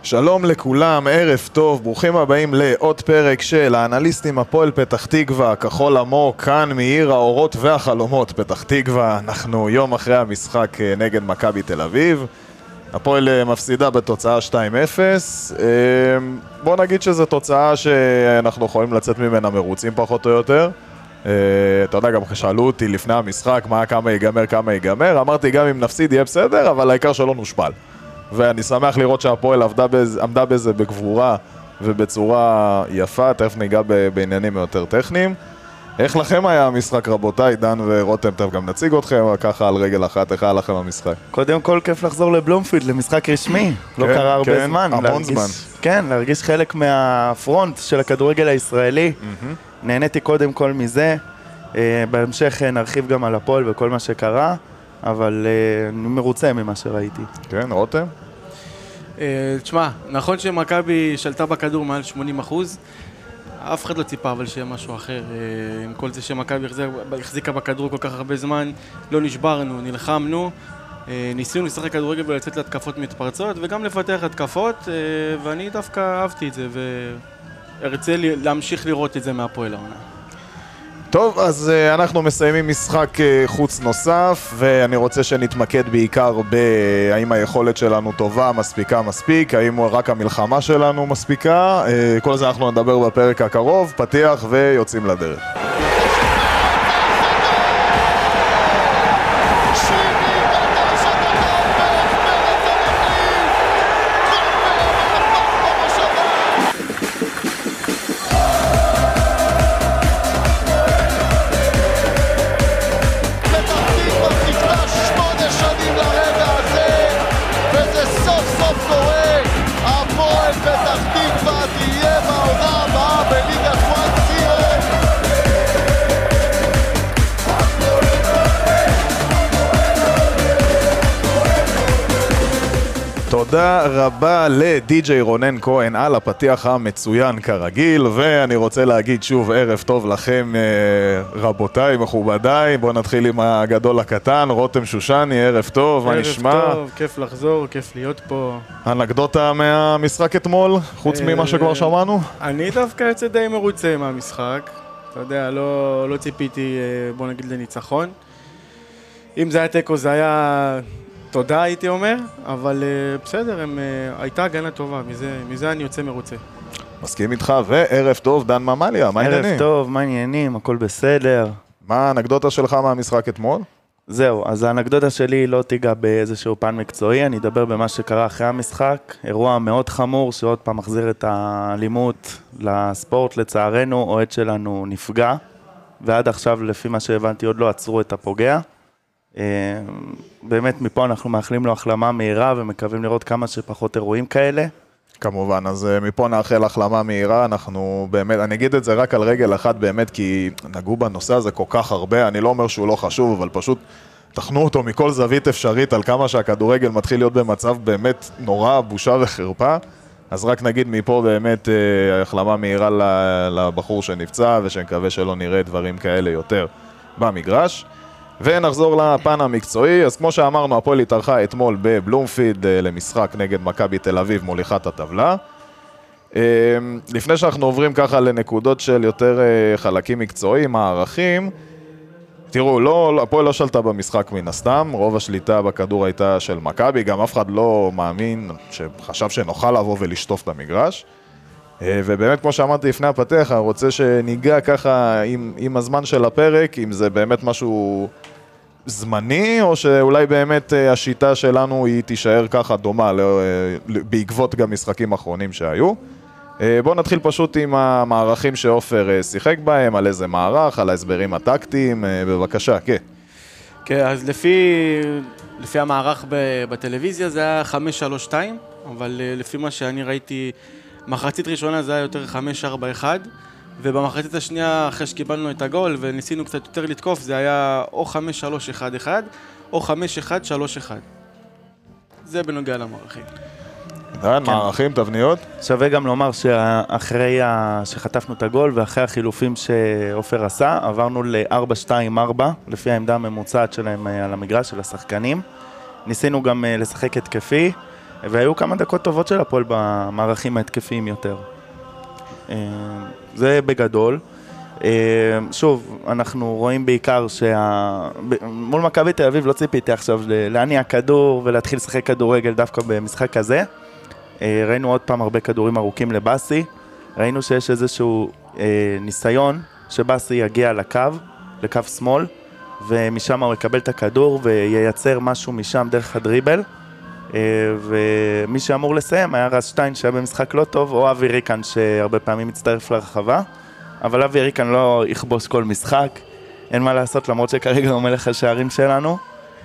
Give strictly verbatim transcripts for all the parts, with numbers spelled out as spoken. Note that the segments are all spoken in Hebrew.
שלום לכולם, ערב טוב, ברוכים הבאים לעוד פרק של האנליסטים הפועל פתח תקווה, כחול עמוק, כאן מעיר האורות והחלומות פתח תקווה. אנחנו יום אחרי המשחק נגד מכבי תל אביב, הפועל מפסידה בתוצאה שתיים אפס. בוא נגיד שזו תוצאה שאנחנו יכולים לצאת ממנה מרוצים פחות או יותר. אתה יודע, גם שאלו אותי לפני המשחק מה, כמה ייגמר, כמה ייגמר, אמרתי גם אם נפסיד יהיה בסדר, אבל העיקר שלא נושפל. ואני שמח לראות שהפועל עמדה בזה, עמדה בזה בגבורה ובצורה יפה. תכף ניגע בעניינים יותר טכניים. איך לכם היה המשחק, רבותיי? דן ורותם, תכף גם נציג אתכם, ככה על רגל אחת. איך היה לכם המשחק? קודם כל כיף לחזור לבלומפילד, למשחק רשמי. לא קרה הרבה זמן. המון זמן. כן, להרגיש חלק מהפרונט של הכדורגל הישראלי. נהניתי קודם כל מזה. בהמשך נרחיב גם על הפועל וכל מה שקרה. אבל אני מרוצה ממה שראיתי. כן, רותם? תשמע, נכון שמכבי שלטה בכדור מעל שמונים אחוז, אף אחד לא ציפה אבל שיהיה משהו אחר. עם כל זה שמכבי החזיקה בכדור כל כך הרבה זמן, לא נשברנו, נלחמנו, ניסינו לשחק כדורגל ולצאת להתקפות מתפרצות וגם לפתח התקפות, ואני דווקא אהבתי את זה וארצה להמשיך לראות את זה מהפועל העונה. טוב, אז uh, אנחנו מסיימים משחק uh, חוץ נוסף, ואני רוצה שנתמקד בעיקר בהאם היכולת שלנו טובה, מספיקה, מספיק, האם רק המלחמה שלנו מספיקה. uh, כל זה אנחנו נדבר בפרק הקרוב, פתיח ויוצאים לדרך. תודה רבה לדי-ג'יי רונן כהן על הפתיח המצוין כרגיל, ואני רוצה להגיד שוב ערב טוב לכם רבותיי, מכובדיי. בואו נתחיל עם הגדול הקטן, רותם שושני, ערב טוב, מה נשמע? ערב טוב, כיף לחזור, כיף להיות פה. אנקדוטה מהמשחק אתמול, חוץ ממה שכבר שמענו? אני דווקא יוצא די מרוצה מהמשחק, אתה יודע, לא, לא ציפיתי, בוא נגיד, לניצחון. אם זה היה טקו זה היה... תודה הייתי אומר, אבל uh, בסדר, הם, uh, הייתה הגנה טובה, מזה, מזה אני יוצא מרוצה. מסכים איתך, וערב טוב, דן ממליה, מה העניינים? ערב טוב, מה העניינים, הכל בסדר. מה האנקדוטה שלך מהמשחק אתמול? זהו, אז האנקדוטה שלי לא תיגע באיזשהו פן מקצועי, אני אדבר במה שקרה אחרי המשחק, אירוע מאוד חמור שעוד פעם מחזיר את האלימות לספורט, לצערנו, אוהד שלנו נפגע, ועד עכשיו לפי מה שהבנתי עוד לא עצרו את הפוגע. באמת מפה אנחנו מאחלים לו החלמה מהירה ומקווים לראות כמה שפחות אירועים כאלה. כמובן, אז מפה נאחל החלמה מהירה. אנחנו באמת, אני אגיד את זה רק על רגל אחת באמת, כי נגעו בנושא הזה כל כך הרבה. אני לא אומר שהוא לא חשוב, אבל פשוט תחנו אותו מכל זווית אפשרית על כמה שהכדורגל מתחיל להיות במצב באמת נורא, בושה וחרפה. אז רק נגיד מפה באמת החלמה מהירה לבחור שנפצע, ושנקווה שלא נראה דברים כאלה יותר במגרש. ונחזור לפן המקצועי. אז כמו שאמרנו, הפועל התארחה אתמול בבלומפילד למשחק נגד מכבי תל אביב, מוליכת הטבלה. לפני שאנחנו עוברים ככה לנקודות של יותר חלקים מקצועיים, הערכים, תראו, לא, הפועל לא שלטה במשחק מן הסתם, רוב השליטה בכדור הייתה של מכבי, גם אף אחד לא מאמין, שחשב שנוכל לבוא ולשטוף את המגרש. ובאמת כמו שאמרתי לפני הפתח, אני רוצה שניגע ככה עם, עם הזמן של הפרק, אם זה באמת משהו זמני, או שאולי באמת השיטה שלנו היא תישאר ככה דומה, בעקבות גם משחקים אחרונים שהיו. בואו נתחיל פשוט עם המערכים שאופר שיחק בהם, על איזה מערך, על ההסברים הטקטיים, בבקשה, כן. כן, אז לפי, לפי המערך בטלוויזיה זה היה חמש שלוש שתיים, אבל לפי מה שאני ראיתי, מחצית ראשונה זה היה יותר חמש ארבע אחת, ובמחצית השנייה, אחרי שקיבלנו את הגול וניסינו קצת יותר לתקוף, זה היה או חמש שלוש אחת אחת או חמש אחת שלוש אחת. זה בנוגע למערכים. דן, מערכים, תבניות? שווה גם לומר שאחרי שחטפנו את הגול ואחרי החילופים שאופר עשה, עברנו ל-ארבע שתיים ארבע, לפי העמדה הממוצעת שלהם על המגרש של השחקנים. ניסינו גם לשחק התקפי, והיו כמה דקות טובות של הפועל במערכים ההתקפיים יותר. זה בגדול. שוב, אנחנו רואים בעיקר שה... מול מכבי תל אביב לא ציפיתי עכשיו להניע כדור ולהתחיל לשחק כדורגל דווקא במשחק הזה. ראינו עוד פעם הרבה כדורים ארוכים לבאסי, ראינו שיש איזשהו ניסיון שבאסי יגיע לקו, לקו שמאל, ומשם הוא יקבל את הכדור וייצר משהו משם דרך הדריבל, ומי שאמור לסיים היה רז שטיין שהיה במשחק לא טוב, או אבי ריקן שהרבה פעמים מצטרף לרחבה, אבל אבי ריקן לא יכבוש כל משחק, אין מה לעשות למרות שכרגע הוא מלך השערים שלנו,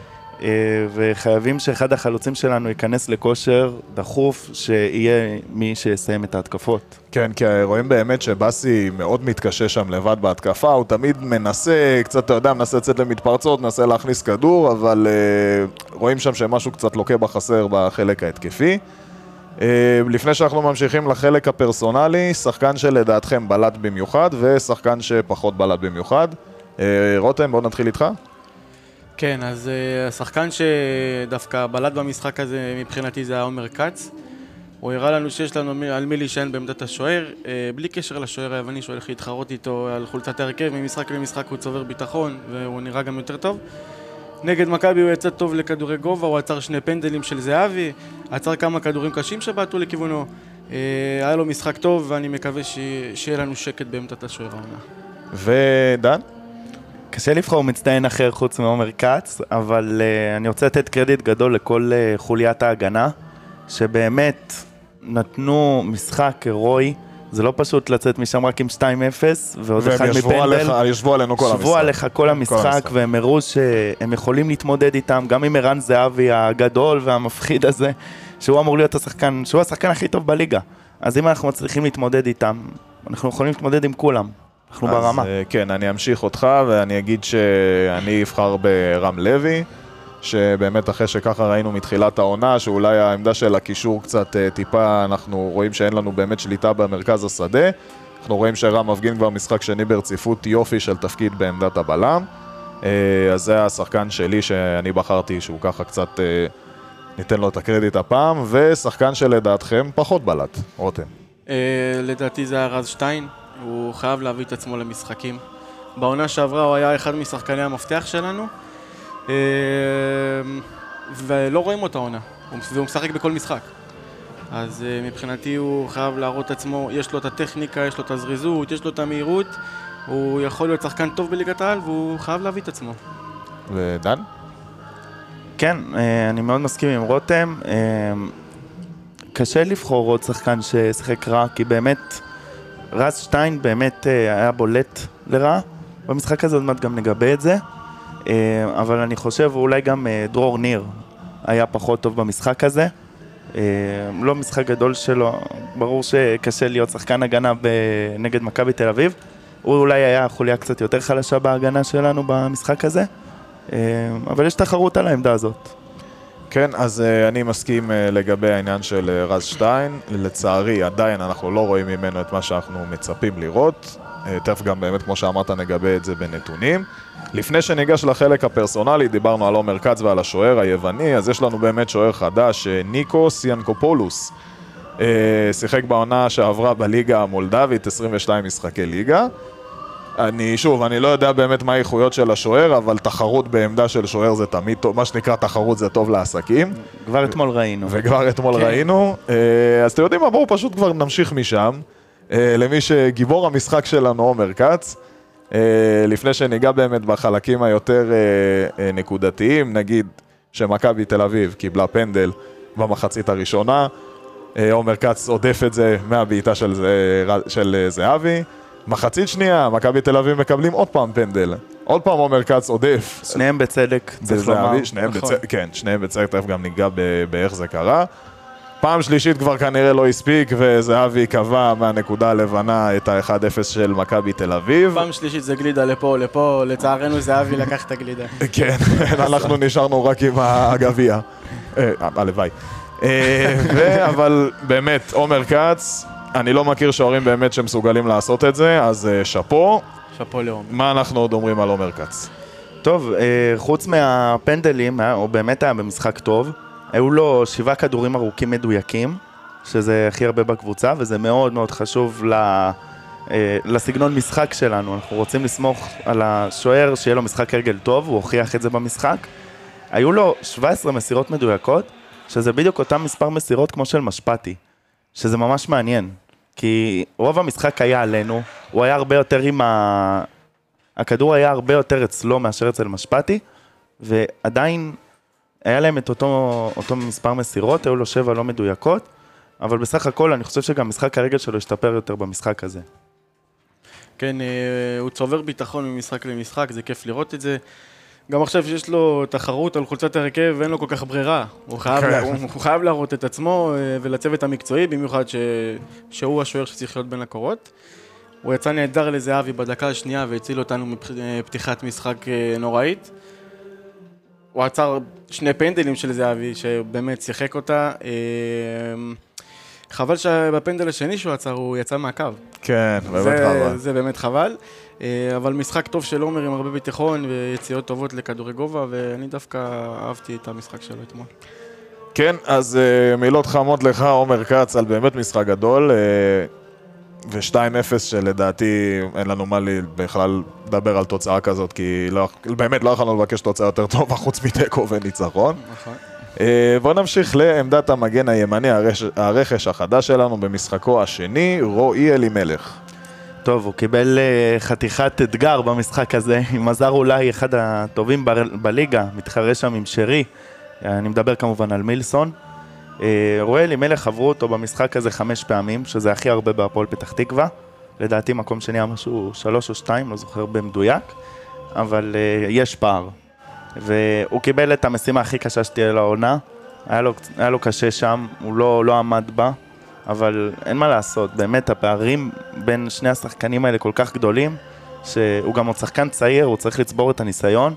וחייבים שאחד החלוצים שלנו ייכנס לכושר דחוף, שיהיה מי שיסיים את ההתקפות. כן, כי רואים באמת שבאסי מאוד מתקשה שם לבד בהתקפה, הוא תמיד מנסה, קצת אתה יודע, מנסה לצאת למתפרצות, מנסה להכניס כדור, אבל uh, רואים שם שמשהו קצת לוקה בחסר בחלק ההתקפי. Uh, לפני שאנחנו ממשיכים לחלק הפרסונלי, שחקן שלדעתכם בלט במיוחד, ושחקן שפחות בלט במיוחד. Uh, רותם, בואו נתחיל איתך. כן, אז uh, השחקן שדווקא בלט במשחק הזה מבחינתי זה היה עומר כץ. הוא הראה לנו שיש לנו על מי להישען בעמדת השוער, uh, בלי קשר לשוער היווני שהולך להתחרות איתו על חולצת ההרכב, ממשחק למשחק הוא צובר ביטחון והוא נראה גם יותר טוב. נגד מכבי הוא יצא טוב לכדורי גובה, הוא עצר שני פנדלים של זהבי, עצר כמה כדורים קשים שבעטו לכיוונו. Uh, היה לו משחק טוב ואני מקווה ש... שיהיה לנו שקט בעמדת השוער העונה. ודן? קשה לבחור מצטיין אחר חוץ מעומר כץ, אבל uh, אני רוצה לתת קרדיט גדול לכל uh, חוליית ההגנה, שבאמת נתנו משחק הרואי, זה לא פשוט לצאת משם רק עם שתיים אפס, ועוד אחד מפנדל. והם ישבו עלינו כל המשחק. ישבו עליך כל המשחק, והם הראו שהם יכולים להתמודד איתם, גם עם ערן זהבי הגדול והמפחיד הזה, שהוא אמור להיות השחקן, שהוא השחקן הכי טוב בליגה. אז אם אנחנו מצליחים להתמודד איתם, אנחנו יכולים להתמודד עם כולם. אנחנו אז, ברמה. כן, אני אמשיך אותך ואני אגיד שאני אבחר ברם לוי, שבאמת אחרי שככה ראינו מתחילת העונה, שאולי העמדה של הקישור קצת טיפה, אנחנו רואים שאין לנו באמת שליטה במרכז השדה, אנחנו רואים שרם מפגין כבר משחק שני ברציפות יופי של תפקיד בעמדת הבלם, אז זה השחקן שלי שאני בחרתי שהוא ככה קצת ניתן לו את הקרדיט הפעם, ושחקן שלדעתכם פחות בלט, רותם. לדעתי זה היה רז שטיין. הוא חייב להביא את עצמו למשחקים. בעונה שעברה הוא היה אחד משחקני המפתח שלנו, ולא רואים אותו העונה, והוא משחק בכל משחק. אז מבחינתי הוא חייב להראות את עצמו, יש לו את הטכניקה, יש לו את הזריזות, יש לו את המהירות, הוא יכול להיות שחקן טוב בליגת העל, והוא חייב להביא את עצמו. ודן? כן, אני מאוד מסכים עם רותם. קשה לבחור עוד שחקן ששחק רע, כי באמת רז שטיין באמת היה בולט לרע, במשחק הזה עוד מעט גם נגבה את זה, אבל אני חושב אולי גם דרור ניר היה פחות טוב במשחק הזה, לא משחק גדול שלו, ברור שקשה להיות שחקן הגנה נגד מכבי תל אביב, הוא אולי היה חוליה קצת יותר חלשה בהגנה שלנו במשחק הזה, אבל יש תחרות על העמדה הזאת. כן, אז uh, אני מסכים uh, לגבי העניין של uh, רז שטיין. לצערי, עדיין אנחנו לא רואים ממנו את מה שאנחנו מצפים לראות. Uh, תכף גם באמת, כמו שאמרת, נגבה את זה בנתונים. לפני שניגש לחלק הפרסונלי, דיברנו על עומר כץ ועל השוער היווני, אז יש לנו באמת שוער חדש, ניקוס ינקופולוס. Uh, שיחק בעונה שעברה בליגה המולדבית, עשרים ושתיים משחקי ליגה. אני, שוב, אני לא יודע באמת מה האיכויות של השוער, אבל תחרות בעמדה של שוער זה תמיד טוב, מה שנקרא תחרות זה טוב לעסקים. כבר אתמול ראינו. וכבר אתמול כן. ראינו. אז אתם יודעים מה, בואו פשוט כבר נמשיך משם, למי שגיבור המשחק שלנו עומר כץ, לפני שניגע באמת בחלקים היותר נקודתיים, נגיד שמכבי תל אביב קיבלה פנדל במחצית הראשונה, עומר כץ עודף את זה מהבעיטה של, של זהבי, מחצית שנייה, מכבי תל אביב מקבלים עוד פעם פנדל. עוד פעם עומר כץ עודף. שניהם בצדק, צריך לומר. שניהם בצדק, כן, שניהם בצדק, תכף גם ניגע באיך זה קרה. פעם שלישית כבר כנראה לא הספיק, וזהבי קבע מהנקודה הלבנה את ה-אחד אפס של מכבי תל אביב. פעם שלישית זה גלידה לפה, לפה, לצערנו זהבי לקח את הגלידה. כן, אנחנו נשארנו רק עם הגביע. הלוואי. אבל באמת, עומר כץ, אני לא מכיר שוערים באמת שמסוגלים לעשות את זה, אז שפו. שפו לעומר. מה אנחנו עוד אומרים על עומר כץ? טוב, חוץ מהפנדלים, הוא באמת היה במשחק טוב. היו לו שבעה כדורים ארוכים מדויקים, שזה הכי הרבה בקבוצה, וזה מאוד מאוד חשוב ל... לסגנון משחק שלנו. אנחנו רוצים לסמוך על השוער שיהיה לו משחק רגל טוב, הוא הוכיח את זה במשחק. היו לו שבע עשרה מסירות מדויקות, שזה בדיוק אותם מספר מסירות כמו של משפטי, שזה ממש מעניין, כי רוב המשחק היה עלינו, הוא היה הרבה יותר עם ה... הכדור היה הרבה יותר אצלו מאשר אצל משפטי, ועדיין היה להם את אותו, אותו מספר מסירות, היו לו שבע לא מדויקות, אבל בסך הכל אני חושב שגם משחק הרגל שלו השתפר יותר במשחק הזה. כן, הוא צובר ביטחון ממשחק למשחק, זה כיף לראות את זה. גם עכשיו שיש לו תחרות על חולצת הרכב ואין לו כל כך ברירה. הוא חייב, לה, הוא, הוא חייב להראות את עצמו ולצוות המקצועי, במיוחד ש, שהוא השוער שצריך להיות בין הקורות. הוא יצא נהדר לזהבי בדקה השנייה והציל אותנו מפתיחת משחק נוראית. הוא עצר שני פנדלים של זהבי שבאמת שיחק אותה. חבל שבפנדל השני שהוא עצר הוא יצא מהקו. כן, באמת זה, חבל. זה באמת חבל. אבל משחק טוב של עומר עם הרבה ביטחון ויציאות טובות לכדורי גובה, ואני דווקא אהבתי את המשחק שלו אתמול. כן, אז מילות חמות לך, עומר כץ, על באמת משחק גדול, ו-שתיים אפס שלדעתי אין לנו מה לי בכלל לדבר על תוצאה כזאת, כי לא, באמת לא יכולנו לבקש תוצאה יותר טובה חוץ מתיקו וניצחון. נכון. בואו נמשיך לעמדת המגן הימני, הרכש, הרכש החדש שלנו במשחקו השני, רועי אלימלך. טוב, הוא קיבל חתיכת אתגר במשחק הזה, עם מזר אולי אחד הטובים ב- בליגה, מתחרה שם עם שרי, אני מדבר כמובן על מילסון. רועי אלימלך עברו אותו במשחק הזה חמש פעמים, שזה הכי הרבה בהפועל פתח תקווה, לדעתי מקום שני היה משהו שלוש או שתיים, לא זוכר במדויק, אבל יש פער. והוא קיבל את המשימה הכי קשה שתהיה לעונה, היה לו, היה לו קשה שם, הוא לא, לא עמד בה, אבל אין מה לעשות, באמת הפערים בין שני השחקנים האלה כל כך גדולים, שהוא גם עוד שחקן צעיר, הוא צריך לצבור את הניסיון,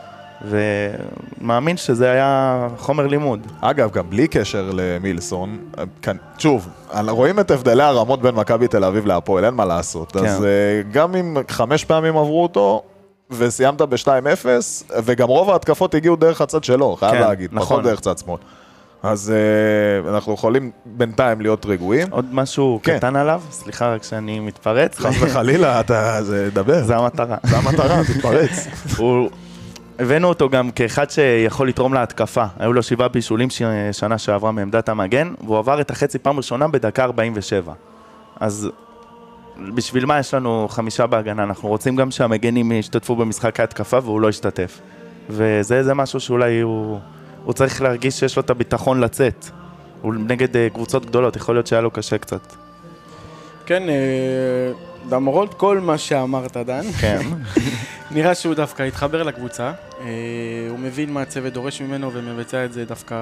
ומאמין שזה היה חומר לימוד. אגב, גם בלי קשר למילסון, כאן, שוב, רואים את הבדלי הרמות בין מכבי תל אביב להפועל, אין מה לעשות. כן. אז גם אם חמש פעמים עברו אותו, וסיימת ב-שתיים אפס, וגם רוב ההתקפות הגיעו דרך הצד שלו, חייב כן, להגיד, נכון. פחות דרך צד שמאל. אז uh, אנחנו יכולים בינתיים להיות רגועים. עוד משהו כן. קטן עליו, סליחה רק שאני מתפרץ. חס וחלילה, אתה זה דבר. זה המטרה. זה המטרה, תתפרץ. הוא... הבאנו אותו גם כאחד שיכול לתרום להתקפה. היו לו שבעה בישולים שנה שעברה מעמדת המגן, והוא עבר את החצי פעם ראשונה בדקה ארבעים ושבע. אז בשביל מה יש לנו חמישה בהגנה? אנחנו רוצים גם שהמגנים ישתתפו במשחק ההתקפה והוא לא ישתתף. וזה זה משהו שאולי הוא... הוא צריך להרגיש שיש לו את הביטחון לצאת. הוא נגד קבוצות גדולות, יכול להיות שהיה לו קשה קצת. כן, למרות כל מה שאמרת, דן, כן. נראה שהוא דווקא התחבר לקבוצה. הוא מבין מה הצוות דורש ממנו ומבצע את זה דווקא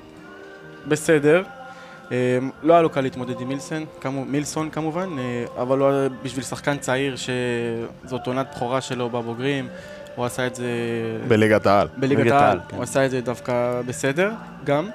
בסדר. לא היה לו קל להתמודד עם מילסון, מילסון כמובן, אבל לא בשביל שחקן צעיר שזאת עונת בחורה שלו בבוגרים. הוא עשה את זה... בליגת העל. בליגת העל, הוא עשה את זה דווקא בסדר, גם.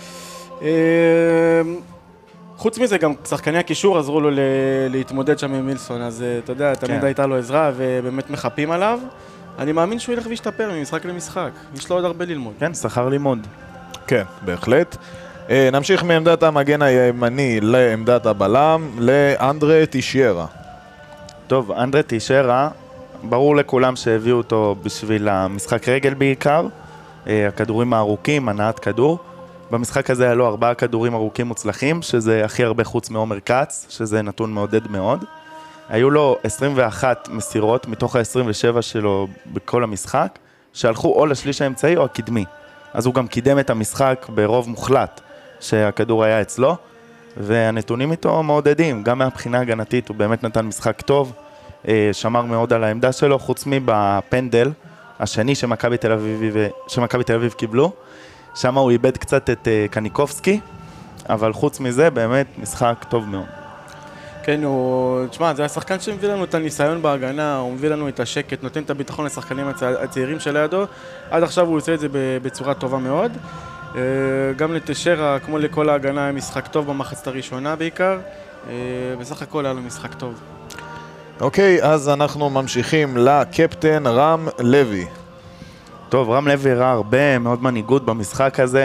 חוץ מזה, גם שחקני הקישור עזרו לו להתמודד שם עם מילסון, אז אתה יודע, תמיד הייתה לו עזרה ובאמת מחפים עליו. אני מאמין שהוא ילך וישתפר ממשחק למשחק, יש לו עוד הרבה ללמוד. כן, שכר לימוד. כן, בהחלט. נמשיך מעמדת המגן הימני לעמדת הבלם, לאנדרה טישיירה. טוב, אנדרה טישיירה, ברור לכולם שהביאו אותו בשביל המשחק רגל בעיקר, הכדורים הארוכים, הנעת כדור. במשחק הזה היה לו ארבעה כדורים ארוכים מוצלחים, שזה הכי הרבה חוץ מעומר כץ, שזה נתון מעודד מאוד. היו לו עשרים ואחת מסירות מתוך ה-עשרים ושבע שלו בכל המשחק, שהלכו או לשליש האמצעי או הקדמי. אז הוא גם קידם את המשחק ברוב מוחלט שהכדור היה אצלו, והנתונים איתו מעודדים, גם מהבחינה הגנתית הוא באמת נתן משחק טוב, שמר מאוד על העמדה שלו, חוץ מבפנדל השני שמכבי תל אביב, שמכבי תל אביב קיבלו, שם הוא איבד קצת את קניקובסקי, אבל חוץ מזה באמת משחק טוב מאוד. כן, הוא, תשמע, זה השחקן שמביא לנו את הניסיון בהגנה, הוא מביא לנו את השקט, נותן את הביטחון לשחקנים הצעירים שלידו, עד עכשיו הוא עושה את זה בצורה טובה מאוד. גם לטישיירה, כמו לכל ההגנה, היה משחק טוב במחצית הראשונה בעיקר, בסך הכל היה לו משחק טוב. אוקיי, אז אנחנו ממשיכים לקפטן רם לוי. טוב, רם לוי הראה הרבה מאוד מנהיגות במשחק הזה.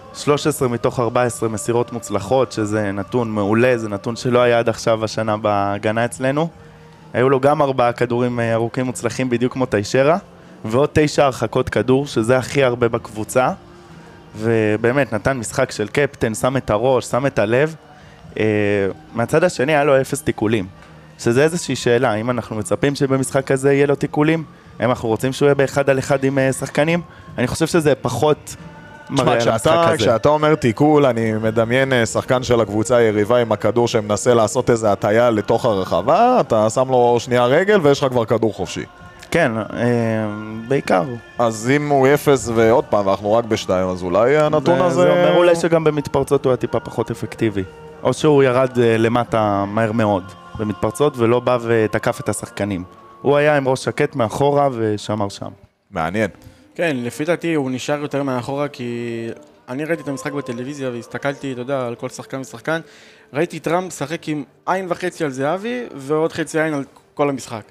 שלוש עשרה מתוך ארבע עשרה מסירות מוצלחות, שזה נתון מעולה, זה נתון שלא היה עד עכשיו השנה בהגנה אצלנו. היו לו גם ארבעה כדורים ארוכים מוצלחים בדיוק כמו טיישרה, ועוד תשע הרחקות כדור, שזה הכי הרבה בקבוצה. ובאמת נתן משחק של קפטן, שם את הראש, שם את הלב. מהצד השני היה לו אפס תיקולים, שזה איזושהי שאלה, אם אנחנו מצפים שבמשחק הזה יהיה לו תיקולים, אם אנחנו רוצים שהוא יהיה באחד על אחד עם שחקנים, אני חושב שזה פחות מראה על המשחק הזה. כשאתה אומר תיקול, אני מדמיין שחקן של הקבוצה היריבה עם הכדור שמנסה לעשות איזה הטיה לתוך הרחבה, אתה שם לו שנייה רגל ויש לך כבר כדור חופשי. כן, בעיקר. אז אם הוא אפס ועוד פעם, ואנחנו רק בשתיים, אז אולי הנתון הזה... זה אומר אולי שגם במתפרצות הוא הטיפה פחות אפקטיבי. או שהוא ירד למטה מהר מאוד במתפרצות ולא בא ותקף את השחקנים. הוא היה עם ראש שקט מאחורה ושמר שם. מעניין. כן, לפי דעתי הוא נשאר יותר מאחורה כי אני ראיתי את המשחק בטלוויזיה והסתכלתי, אתה יודע, על כל שחקן ושחקן. ראיתי את רם משחק עם עין וחצי על זהבי ועוד חצי עין על כל המשחק.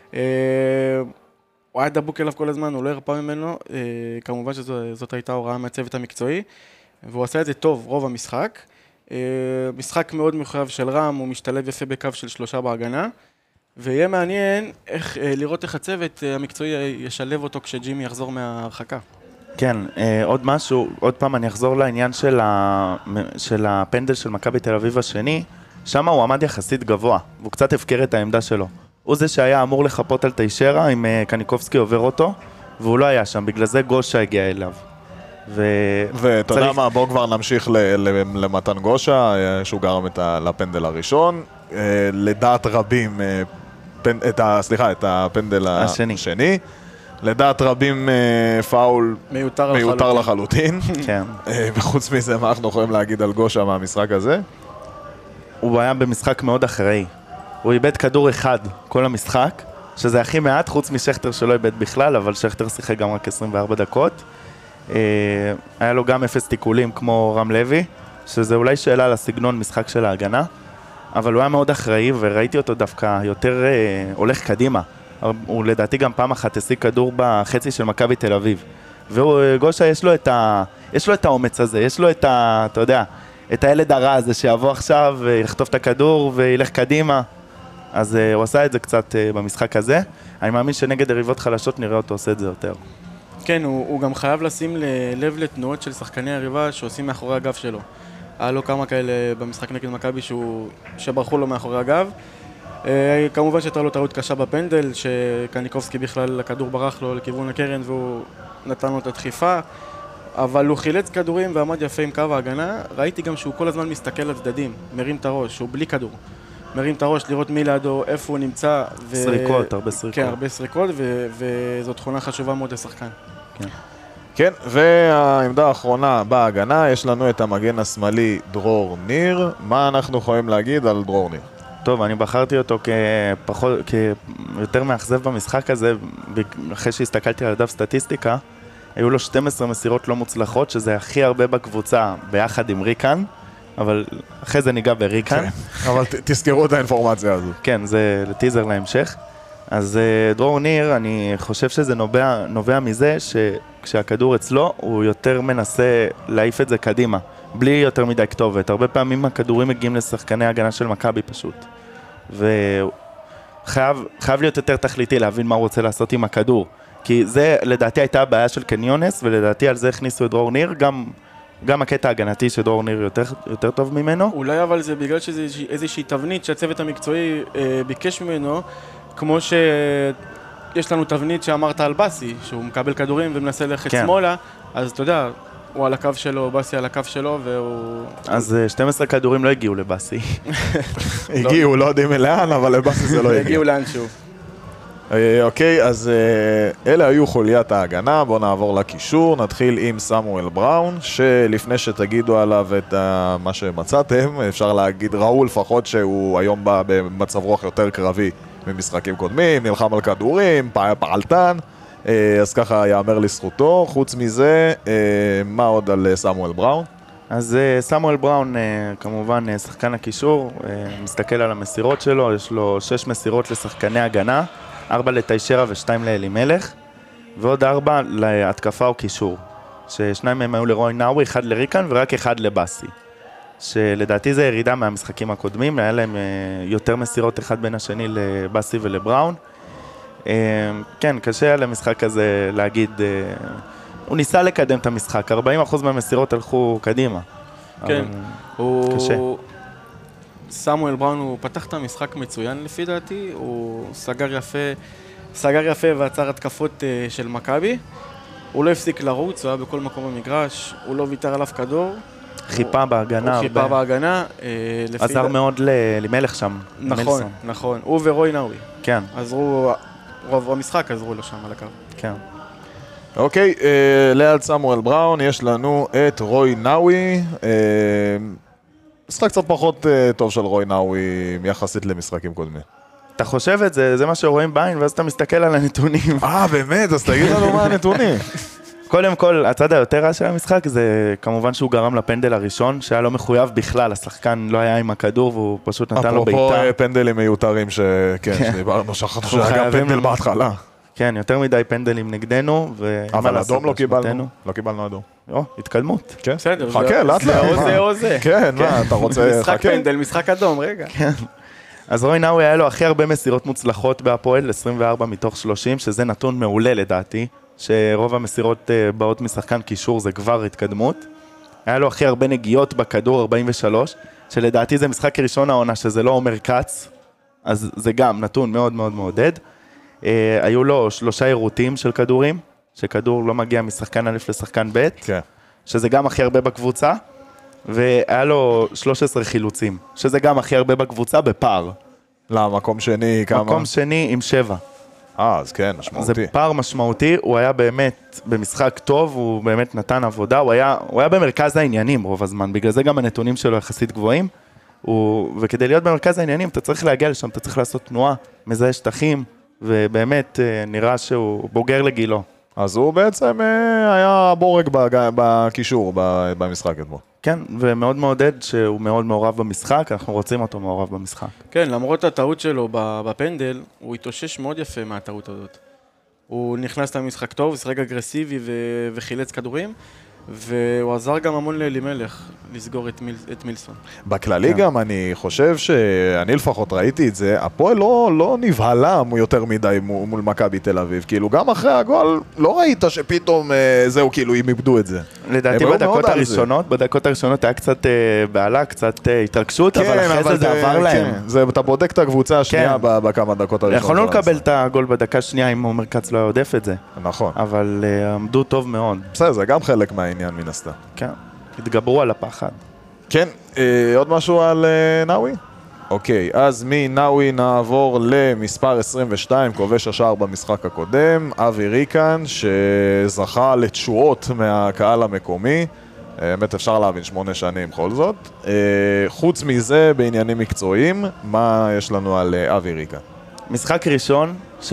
הוא היה דבוק אליו כל הזמן, הוא לא הרפא ממנו, כמובן שזאת הייתה הוראה מהצוות המקצועי, והוא עשה את זה טוב רוב המשחק. משחק מאוד מחויב של רם, הוא משתלב יפה בקו של שלושה בהגנה, ויהיה מעניין איך, לראות איך הצוות המקצועי ישלב אותו כשג'ימי יחזור מההרחקה. כן, עוד משהו, עוד פעם אני אחזור לעניין של, ה, של הפנדל של מכבי תל אביב השני, שם הוא עמד יחסית גבוה, והוא קצת הפקר את העמדה שלו. הוא זה שהיה אמור לחפות על טיישרה אם קניקובסקי עובר אותו, והוא לא היה שם, בגלל זה גושה הגיע אליו. ו... ואתה יודע מה, בואו כבר נמשיך ל... למתן גושה, שהוא גרם את הפנדל הראשון. לדעת רבים, פנ... את ה... סליחה, את הפנדל השני. השני. לדעת רבים פאול מיותר, מיותר לחלוטין. לחלוטין. כן. וחוץ מזה, מה אנחנו יכולים להגיד על גושה מהמשחק הזה? הוא היה במשחק מאוד אחראי. הוא איבד כדור אחד כל המשחק, שזה הכי מעט, חוץ משכתר שלא איבד בכלל, אבל שכתר שיחק גם רק עשרים וארבע דקות. היה לו גם אפס תיקולים כמו רם לוי, שזה אולי שאלה על הסגנון משחק של ההגנה, אבל הוא היה מאוד אחראי, וראיתי אותו דווקא יותר הולך קדימה. הוא לדעתי גם פעם אחת השיג כדור בחצי של מכבי תל אביב. וגושה יש לו את ה... יש לו את האומץ הזה, יש לו את ה... אתה יודע, את הילד הרע הזה שיבוא עכשיו ויחטוף את הכדור וילך קדימה. אז uh, הוא עשה את זה קצת uh, במשחק הזה. אני מאמין שנגד יריבות חלשות נראה אותו עושה את זה יותר. כן, הוא, הוא גם חייב לשים לב לתנועות של שחקני היריבה שעושים מאחורי הגב שלו. היה לו כמה כאלה במשחק נגד מכבי שברחו לו מאחורי הגב. Uh, כמובן שהייתה לו טעות קשה בפנדל, שקניקובסקי בכלל הכדור ברח לו לכיוון הקרן והוא נתן לו את הדחיפה. אבל הוא חילץ כדורים ועמד יפה עם קו ההגנה. ראיתי גם שהוא כל הזמן מסתכל על צדדים, מרים את הראש, שהוא בלי כדור. מרים את הראש, לראות מי לידו, איפה הוא נמצא. ו... סריקות, הרבה סריקות. כן, הרבה סריקות, ו... וזו תכונה חשובה מאוד לשחקן. כן. כן, והעמדה האחרונה בהגנה, יש לנו את המגן השמאלי דרור ניר. מה אנחנו יכולים להגיד על דרור ניר? טוב, אני בחרתי אותו כפחות, כיותר מאכזב במשחק הזה, אחרי שהסתכלתי על הדף סטטיסטיקה, היו לו שתים עשרה מסירות לא מוצלחות, שזה הכי הרבה בקבוצה ביחד עם ריקן, אבל אחרי זה ניגע בריקן. כן, אבל תזכרו את האינפורמציה הזו. כן, זה לטיזר להמשך. אז דרור ניר, אני חושב שזה נובע, נובע מזה שכשהכדור אצלו, הוא יותר מנסה להעיף את זה קדימה, בלי יותר מדי כתובת. הרבה פעמים הכדורים מגיעים לשחקני הגנה של מכבי פשוט. וחייב חייב להיות יותר תכליתי להבין מה הוא רוצה לעשות עם הכדור. כי זה לדעתי הייתה הבעיה של קניונס, ולדעתי על זה הכניסו את דרור ניר, גם, גם הקטע הגנתי שדרור ניר יותר, יותר טוב ממנו. אולי אבל זה בגלל שזה איזושהי תבנית שהצוות המקצועי אה, ביקש ממנו, כמו שיש לנו תבנית שאמרת על בסי, שהוא מקבל כדורים ומנסה ללכת כן. שמאלה, אז אתה יודע, הוא על הקו שלו, בסי על הקו שלו, והוא... אז שתים עשרה כדורים לא הגיעו לבסי. הגיעו, לא יודעים לאן, אבל לבסי זה לא הגיע. הגיעו לאנשהו. אוקיי, אז אלה היו חוליית ההגנה. בואו נעבור לקישור. נתחיל עם סמואל בראון, שלפני שתגידו עליו את מה שמצאתם, אפשר להגיד, ראו לפחות שהוא היום בא במצב רוח יותר קרבי ממשחקים קודמים, נלחם על כדורים, פעלתן, אז ככה יאמר לזכותו. חוץ מזה, מה עוד על סמואל בראון? אז סמואל בראון כמובן שחקן הקישור, מסתכל על המסירות שלו, יש לו שש מסירות לשחקני הגנה, ארבע לטיישרה ושתיים לאלימלך, ועוד ארבע להתקפה או קישור, ששניים מהם היו לרוי נאווי, אחד לריקן ורק אחד לבאסי. שלדעתי זה ירידה מהמשחקים הקודמים, היה להם יותר מסירות אחד בין השני לבאסי ולבראון. כן, קשה היה למשחק הזה להגיד, הוא ניסה לקדם את המשחק, ארבעים אחוז מהמסירות הלכו קדימה. כן, הוא... קשה. סמואל בראון הוא פתח את המשחק מצוין לפי דעתי, הוא סגר יפה, סגר יפה ועצר התקפות של מכבי. הוא לא הפסיק לרוץ, הוא היה בכל מקום במגרש, הוא לא ויתר עליו כדור. חיפה בהגנה. הוא חיפה בהגנה. עזר מאוד למלך שם. נכון, נכון. הוא ורוי נאווי. כן. עזרו, רוב המשחק עזרו לו שם על הקו. כן. אוקיי, ליד סמואל בראון יש לנו את רוי נאווי. משחק קצת פחות טוב של רוי נאווי יחסית למשחקים קודמים. אתה חושב את זה, זה מה שרואים בעין, ואז אתה מסתכל על הנתונים. אה, באמת? אז תגיד לנו מה הנתונים. קודם כל, הצד היותר רע של המשחק זה כמובן שהוא גרם לפנדל הראשון, שהיה לא מחויב בכלל, השחקן לא היה עם הכדור והוא פשוט נתן לו בעיטה. אפרופו פנדלים מיותרים שכן, שדיברנו, שכחנו שהיה גם פנדל בהתחלה. כן, יותר מדי פנדלים נגדנו, אבל אדום לא קיבלנו, לא קיבלנו אדום. או, התקדמות. כן, בסדר. חכה, לאט לאט. זה או זה או זה. כן, מה, אתה רוצה... משחק פנדל, משחק אדום, רגע. כן. אז רוי נאווי היה לו הכי הרבה מסירות מוצלחות בהפועל, עשרים וארבע מתוך שלושים, שזה נתון מעולה לדעתי, שרוב המסירות באות משחקן קישור זה כבר התקדמות. היה לו הכי הרבה נגיעות בכדור, ארבעים ושלוש, שלדעתי זה משחק ראשון העונה, שזה לא אומר קץ, אז זה גם נתון מאוד מאוד מעודד. היו לו שלושה עירותים של כדורים, שכדור לא מגיע משחקן א' לשחקן ב', כן. שזה גם הכי הרבה בקבוצה, והיה לו שלושה עשר חילוצים, שזה גם הכי הרבה בקבוצה בפער. לא, מקום שני כמה? מקום שני עם שבע. אה, אז כן, משמעותי. זה פער משמעותי, הוא היה באמת במשחק טוב, הוא באמת נתן עבודה, הוא היה, הוא היה במרכז העניינים רוב הזמן, בגלל זה גם הנתונים שלו יחסית גבוהים, הוא, וכדי להיות במרכז העניינים אתה צריך להגיע לשם, אתה צריך לעשות תנועה, מזהה שטחים, ובאמת נראה שהוא בוגר לגילו. אז הוא בעצם היה בורג בקישור במשחק אתמול. כן, ומאוד מעודד שהוא מאוד מעורב במשחק, אנחנו רוצים אותו מעורב במשחק. כן, למרות הטעות שלו בפנדל, הוא התאושש מאוד יפה מהטעות הזאת. הוא נכנס למשחק טוב, שחק אגרסיבי ו- וחילץ כדורים, והוא עזר גם המון לאלימלך לסגור את, מיל, את מילסון. בכללי גם אני חושב שאני לפחות ראיתי את זה, הפועל לא, לא נבהלה יותר מדי מול מכבי תל אביב, כאילו גם אחרי הגול לא ראית שפתאום זהו כאילו הם איבדו את זה. לדעתי בדקות הראשונות, בדקות הראשונות היה קצת בעלה, קצת התרגשות, כן, אבל אחרי אבל זה זה עבר כן, להם. זה, אתה בודק את הקבוצה השנייה כן. בכמה דקות הראשונות. יכולנו לקבל את הגול בדקה שנייה אם עומר כץ לא יודף את זה. נכון. אבל uh, עמדו טוב מאוד. בסדר, זה גם חלק מהעניין מן הסתם. כן, התגברו על הפחד. כן, אה, עוד משהו על אה, נאווי? אוקיי, אז מנאווי נעבור למספר עשרים ושתיים, כובש השער במשחק הקודם, אבי ריקן, שזכה לתשואות מהקהל המקומי, באמת אפשר להבין שמונה שנים בכל זאת. אה, חוץ מזה, בעניינים מקצועיים, מה יש לנו על אה, אבי ריקן? משחק ראשון,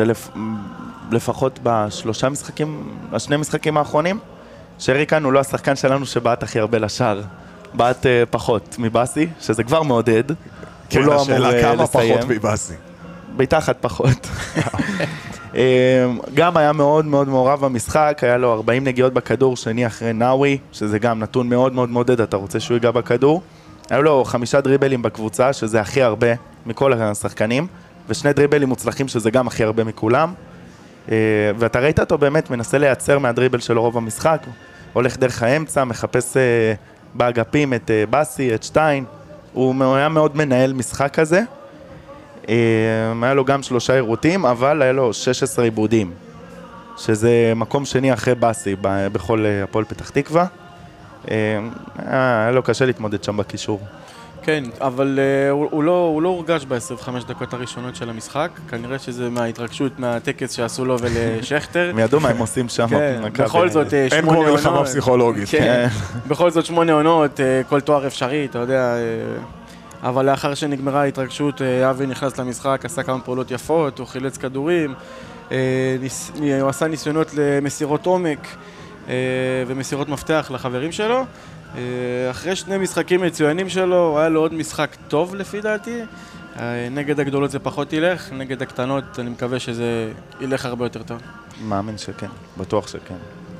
שלפחות בשלושה משחקים, השני משחקים האחרונים, שריקן הוא לא השחקן שלנו שבעט הכי הרבה לשער. בעט uh, פחות מבאסי, שזה כבר מעודד. כן, הוא לא השאלה אמור כמה לסיים. פחות מבאסי. בעיטה אחת פחות. גם היה מאוד מאוד מעורב במשחק, היה לו ארבעים נגיעות בכדור, שני אחרי נאווי, שזה גם נתון מאוד מאוד מעודד, אתה רוצה שהוא ייגע בכדור. היו לו חמישה דריבלים בקבוצה, שזה הכי הרבה מכל השחקנים, ושני דריבלים מוצלחים, שזה גם הכי הרבה מכולם. ואתה ראית אותו באמת מנסה לייצר מהדריבל של רוב המשחק, הולך דרך האמצע, מחפש באגפים את בסי, את שטיין, הוא היה מאוד מנהל משחק כזה, היה לו גם שלושה עירותים, אבל היה לו שש עשרה עיבודים, שזה מקום שני אחרי בסי בכל הפועל פתח תקווה, היה לו קשה להתמודד שם בקישור. כן, אבל uh, הוא, הוא, לא, הוא לא הורגש ב-עשרים וחמש דקות הראשונות של המשחק, כנראה שזה מההתרגשות, מהטקס שעשו לו ולשכטר. הם ידעו מה הם עושים שם. כן, בכל זאת שמונה עונות. אין כמו מלחמה פסיכולוגית. כן, בכל זאת שמונה עונות, כל תואר אפשרי, אתה יודע. אבל לאחר שנגמרה ההתרגשות, אבי נכנס למשחק, עשה כמה פעולות יפות, הוא חילץ כדורים, ניס, הוא עשה ניסיונות למסירות עומק ומסירות מפתח לחברים שלו. אחרי שני משחקים מצוינים שלו, היה לו עוד משחק טוב לפי דעתי. נגד הגדולות זה פחות ילך, נגד הקטנות אני מקווה שזה ילך הרבה יותר טוב. מאמין שכן, בטוח שכן.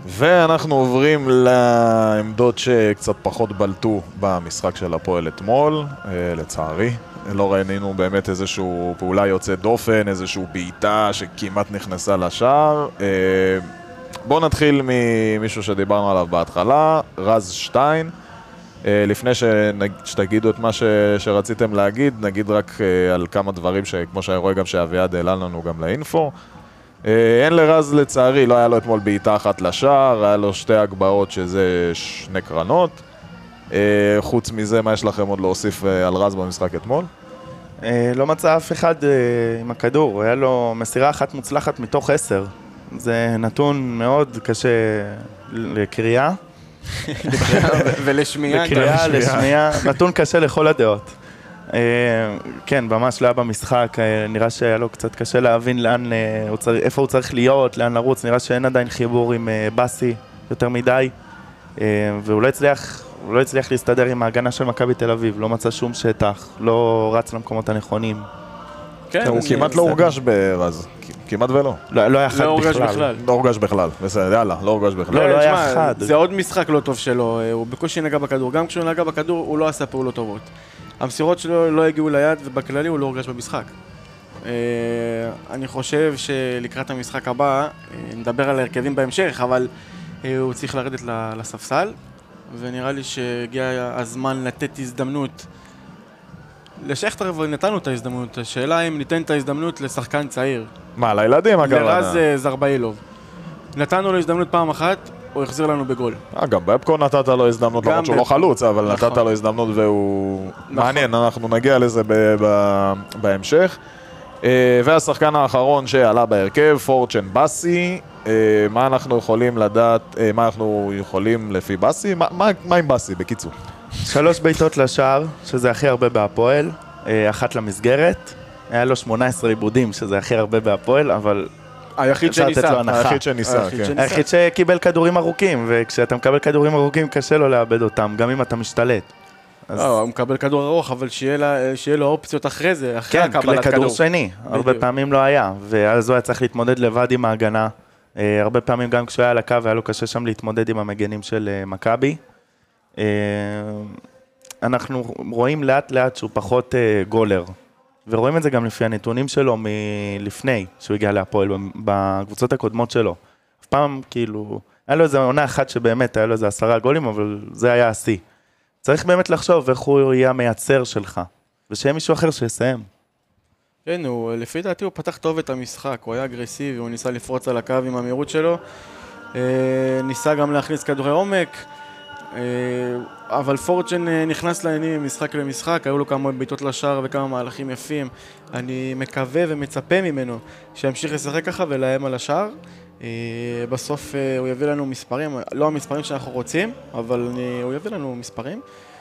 ואנחנו עוברים לעמדות שקצת פחות בלטו במשחק של הפועל אתמול, לצערי. לא ראינו באמת איזשהו פעולה יוצאת דופן, איזשהו בעיטה שכמעט נכנסה לשער. בואו נתחיל ממישהו שדיברנו עליו בהתחלה, רז שטיין. לפני שתגידו את מה שרציתם להגיד, נגיד רק על כמה דברים שכמו שאני רואה גם שאביעד העלה לנו גם לאינפו. אין לרז לצערי, לא היה לו אתמול בעיטה אחת לשער, היה לו שתי הגבהות שזה שני קרנות. חוץ מזה, מה יש לכם עוד להוסיף על רז במשחק אתמול? לא מצא אף אחד עם הכדור, היה לו מסירה אחת מוצלחת מתוך עשר. זה נתון מאוד קשה לקריאה. ולשמיעה. לקריאה, לשמיעה, נתון קשה לכל הדעות. כן, ממש לא היה במשחק, נראה שהיה לו קצת קשה להבין לאן, איפה הוא צריך להיות, לאן לרוץ, נראה שאין עדיין חיבור עם בסי יותר מדי, והוא לא הצליח, הוא לא הצליח להסתדר עם ההגנה של מכבי תל אביב, לא מצא שום שטח, לא רץ למקומות הנכונים. הוא כמעט לא הורגש ברז, כמעט ולא. לא היה חד בכלל. לא הורגש בכלל, בסדר, יאללה, לא הורגש בכלל. לא היה חד. זה עוד משחק לא טוב שלו, הוא בקושי נגע בכדור, גם כשהוא נגע בכדור הוא לא עשה פעולות טובות. המסירות שלו לא הגיעו ליד ובכללי הוא לא הורגש במשחק. אני חושב שלקראת המשחק הבא, נדבר על הרכבים בהמשך, אבל הוא צריך לרדת לספסל, ונראה לי שהגיע הזמן לתת הזדמנות לשכטר, ונתנו את ההזדמנות. השאלה אם ניתן את ההזדמנות לשחקן צעיר. מה, לילדים הכוונה? לרז זרבאילוב. נתנו לו הזדמנות פעם אחת, הוא החזיר לנו בגול. גם בפקו נתת לו הזדמנות, למרות שהוא לא חלוץ, אבל נתת לו הזדמנות והוא מעניין, אנחנו נגיע לזה בהמשך. והשחקן האחרון שעלה בהרכב, פורצ'ן בסי, מה אנחנו יכולים לדעת, מה אנחנו יכולים לפי בסי? מה עם בסי, בקיצור? שלוש בעיטות לשער, שזה הכי הרבה בהפועל, אחת למסגרת, היה לו שמונה עשרה עיבודים, שזה הכי הרבה בהפועל, אבל היחיד שניסה, היחיד שניסה, כן. היחיד שקיבל כדורים ארוכים, וכשאתה מקבל כדורים ארוכים קשה לו לאבד אותם, גם אם אתה משתלט. לא, הוא מקבל כדור ארוך, אבל שיהיה לו אופציות אחרי זה, אחרי הקבלת כדור. כן, לכדור שני, הרבה פעמים לא היה, ואז הוא היה צריך להתמודד לבד עם ההגנה, הרבה פעמים גם כשהוא היה על הקו, היה לו קשה שם להתמודד עם המגנים של מכבי. אנחנו רואים לאט לאט שהוא פחות גולר, ורואים את זה גם לפי הנתונים שלו מלפני שהוא הגיע להפועל, בקבוצות הקודמות שלו. אף פעם כאילו, היה לו איזה עונה אחת שבאמת היה לו איזה עשרה גולים, אבל זה היה השיא. צריך באמת לחשוב איך הוא יהיה המייצר שלך, ושיהיה מישהו אחר שיסיים. כן, הוא, לפי דעתי הוא פתח טוב את המשחק, הוא היה אגרסיבי, הוא ניסה לפרוץ על הקו עם המהירות שלו, ניסה גם להכניס כדורי עומק, אבל פורצ'ן נכנס לעניינים ממשחק למשחק, היו לו כמה בעיטות לשער וכמה מהלכים יפים. אני מקווה ומצפה ממנו שימשיך לשחק ככה ולאיים על השער. בסוף הוא יביא לנו מספרים, לא המספרים שאנחנו רוצים, אבל הוא יביא לנו מספרים.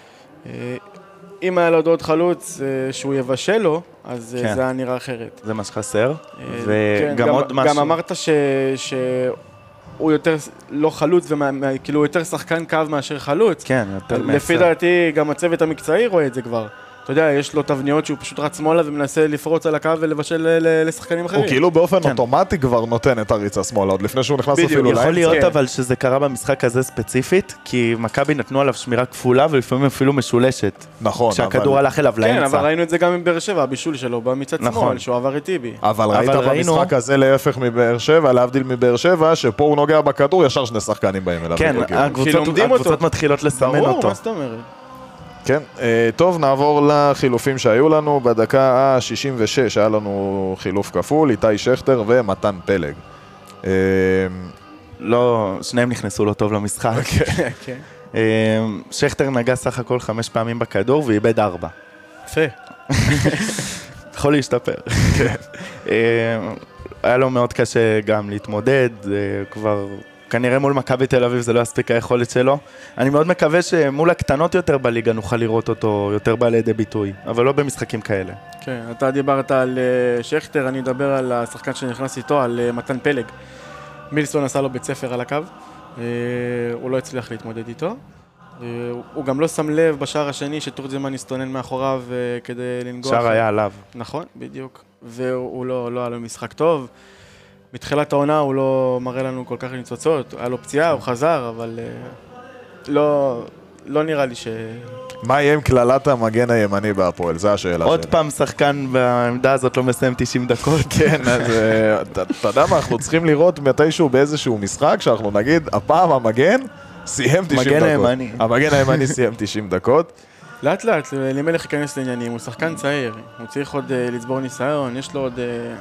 אם היה לו עוד חלוץ שהוא יבשל לו, אז זה היה נראה אחרת. זה מה שחסר. וגם עוד משהו. גם אמרת ש... הוא יותר לא חלוץ, וכאילו הוא יותר שחקן קו מאשר חלוץ. כן, יותר מייצר. לפי דעתי, גם הצוות המקצועי רואה את זה כבר. אתה יודע, יש לו תבניות שהוא פשוט רץ שמאלה ומנסה לפרוץ על הקו ולבשל לשחקנים אחרים. הוא כאילו באופן אוטומטי כבר נותן את הריצה שמאלה, עוד לפני שהוא נכנס אפילו לאמצע. יכול להיות אבל שזה קרה במשחק הזה ספציפית, כי מכבי נתנו עליו שמירה כפולה ולפעמים אפילו משולשת. נכון. כשהכדור הלך אליו לאמצע. כן, אבל ראינו את זה גם עם באר שבע, הבישול שלו, במצד שמאל, שהוא עבר את טיבי. אבל ראית במשחק הזה להפך מבאר שבע, להבדיל מבאר שבע, שפה הוא נוגע בכדור, ישר שני שחקנים באים אליו. כן, הקבוצות מתחילות לסמן אותו. מה זאת אומרת? כן, טוב, נעבור לחילופים שהיו לנו. בדקה ה-שישים ושש היה לנו חילוף כפול, איתי שכטר ומתן פלג. לא, שניהם נכנסו לא טוב למשחק. שכטר נגע סך הכל חמש פעמים בכדור ואיבד ארבע. יפה. יכול להשתפר. היה לו מאוד קשה גם להתמודד, כבר... כנראה מול מכבי תל אביב זה לא יספיק היכולת שלו. אני מאוד מקווה שמול הקטנות יותר בליגה נוכל לראות אותו יותר בא לידי ביטוי, אבל לא במשחקים כאלה. כן, אתה דיברת על שכטר, אני אדבר על השחקן שנכנס איתו, על מתן פלג. מילסון עשה לו בית ספר על הקו, הוא לא הצליח להתמודד איתו. הוא גם לא שם לב בשער השני שטורזמן הסתונן מאחוריו כדי לנגוח. שער היה עליו. נכון, בדיוק. והוא לא, לא היה לו משחק טוב. מתחילת העונה הוא לא מראה לנו כל כך ניצוצות, היה לו פציעה, הוא חזר, אבל לא, לא נראה לי ש... מה יהיה עם כללת המגן הימני בהפועל? זו השאלה שלי. עוד פעם שחקן בעמדה הזאת לא מסיים תשעים דקות. כן, אז אתה יודע מה, אנחנו צריכים לראות מתישהו באיזשהו משחק, שאנחנו נגיד, הפעם המגן סיים תשעים דקות. מגן הימני. המגן הימני סיים תשעים דקות. לאט לאט, למלך ייכנס לעניינים, הוא שחקן צעיר, הוא צריך עוד לצבור ניסיון, יש לו עוד...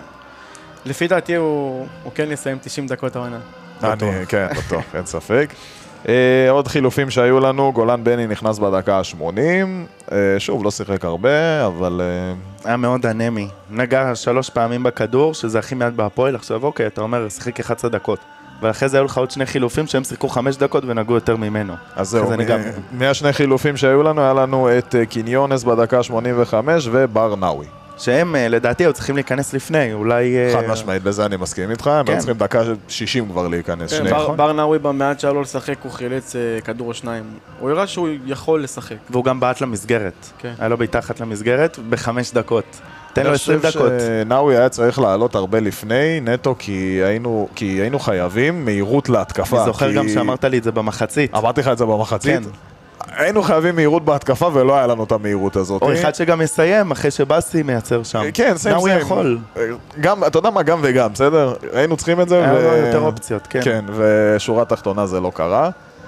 לפי דעתי הוא כן יסיים תשעים דקות העונה. כן, בטוח, אין ספק. עוד חילופים שהיו לנו, גולן בני נכנס בדקה ה-שמונים, שוב, לא שיחק הרבה, אבל... היה מאוד אנמי, נגע שלוש פעמים בכדור, שזה הכי מעט בהפועל, עכשיו אוקיי, אתה אומר, שיחק אחת עשרה דקות, ואחרי זה היו לך עוד שני חילופים שהם שיחקו חמש דקות ונגעו יותר ממנו. אז זהו, מהשני חילופים שהיו לנו, היה לנו את קיניונס בדקה ה-שמונים וחמש ובר נאווי. שהם לדעתי היו צריכים להיכנס לפני, אולי... חד משמעית, בזה אני מסכים איתך, הם היו צריכים דקה שישים כבר להיכנס. בר נאווי במעט שהיה לו לשחק, הוא חילץ כדור או שניים. הוא הראה שהוא יכול לשחק. והוא גם בעט למסגרת. היה לו ביתחת למסגרת בחמש דקות. תן לו עשרים דקות. אני חושב שנאווי היה צריך לעלות הרבה לפני, נטו, כי היינו חייבים מהירות להתקפה. אני זוכר גם שאמרת לי את זה במחצית. אמרתי לך את זה במחצית? היינו חייבים מהירות בהתקפה ולא היה לנו את המהירות הזאת. או אחד שגם יסיים אחרי שבאסי מייצר שם. כן, סיים סיים. נאווי יכול. גם, אתה יודע מה, גם וגם, בסדר? היינו צריכים את זה. היה לו יותר אופציות, כן. כן, ושורה תחתונה זה לא קרה.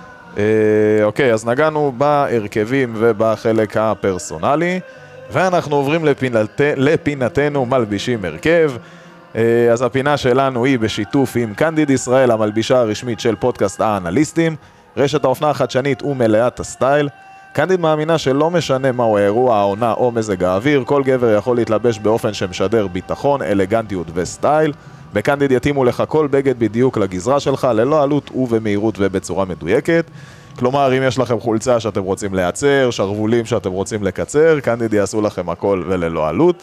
אוקיי, אז נגענו בהרכבים ובחלק הפרסונלי, ואנחנו עוברים לפינתנו מלבישים הרכב. אז הפינה שלנו היא בשיתוף עם קנדיד ישראל, המלבישה הרשמית של פודקאסט האנליסטים. רשת האופנה החדשנית ומלאת הסטייל. קנדיד מאמינה שלא משנה מהו האירוע, העונה או מזג האוויר, כל גבר יכול להתלבש באופן שמשדר ביטחון, אלגנטיות וסטייל. בקנדיד יתאימו לך כל בגד בדיוק לגזרה שלך, ללא עלות ובמהירות ובצורה מדויקת. כלומר, אם יש לכם חולצה שאתם רוצים לייצר, שרבולים שאתם רוצים לקצר, קנדיד יעשו לכם הכל וללא עלות.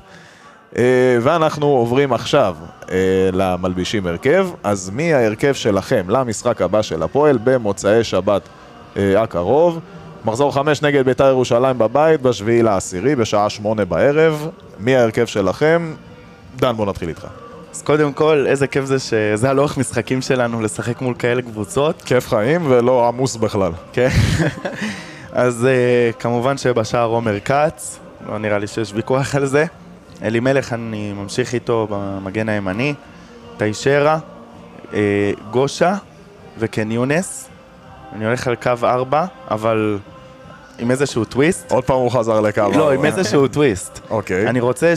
ואנחנו עוברים עכשיו למלבישים הרכב. אז מי ההרכב שלכם למשחק הבא של הפועל במוצאי שבת הקרוב? מחזור חמש נגד בית"ר ירושלים בבית בשביעי לעשירי בשעה שמונה בערב. מי ההרכב שלכם? דן, בוא נתחיל איתך. אז קודם כל, איזה כיף זה שזה הלוח משחקים שלנו לשחק מול כאלה קבוצות. כיף חיים ולא עמוס בכלל. כן. אז כמובן שבשער עומר כץ, לא נראה לי שיש ויכוח על זה. אלימלך אני ממשיך איתו במגן הימני, טיישרה, גושה וקניונס. אני הולך על קו ארבע, אבל עם איזשהו טוויסט. עוד פעם הוא חזר לקו ארבע. לא, עם איזשהו טוויסט. אוקיי. אני רוצה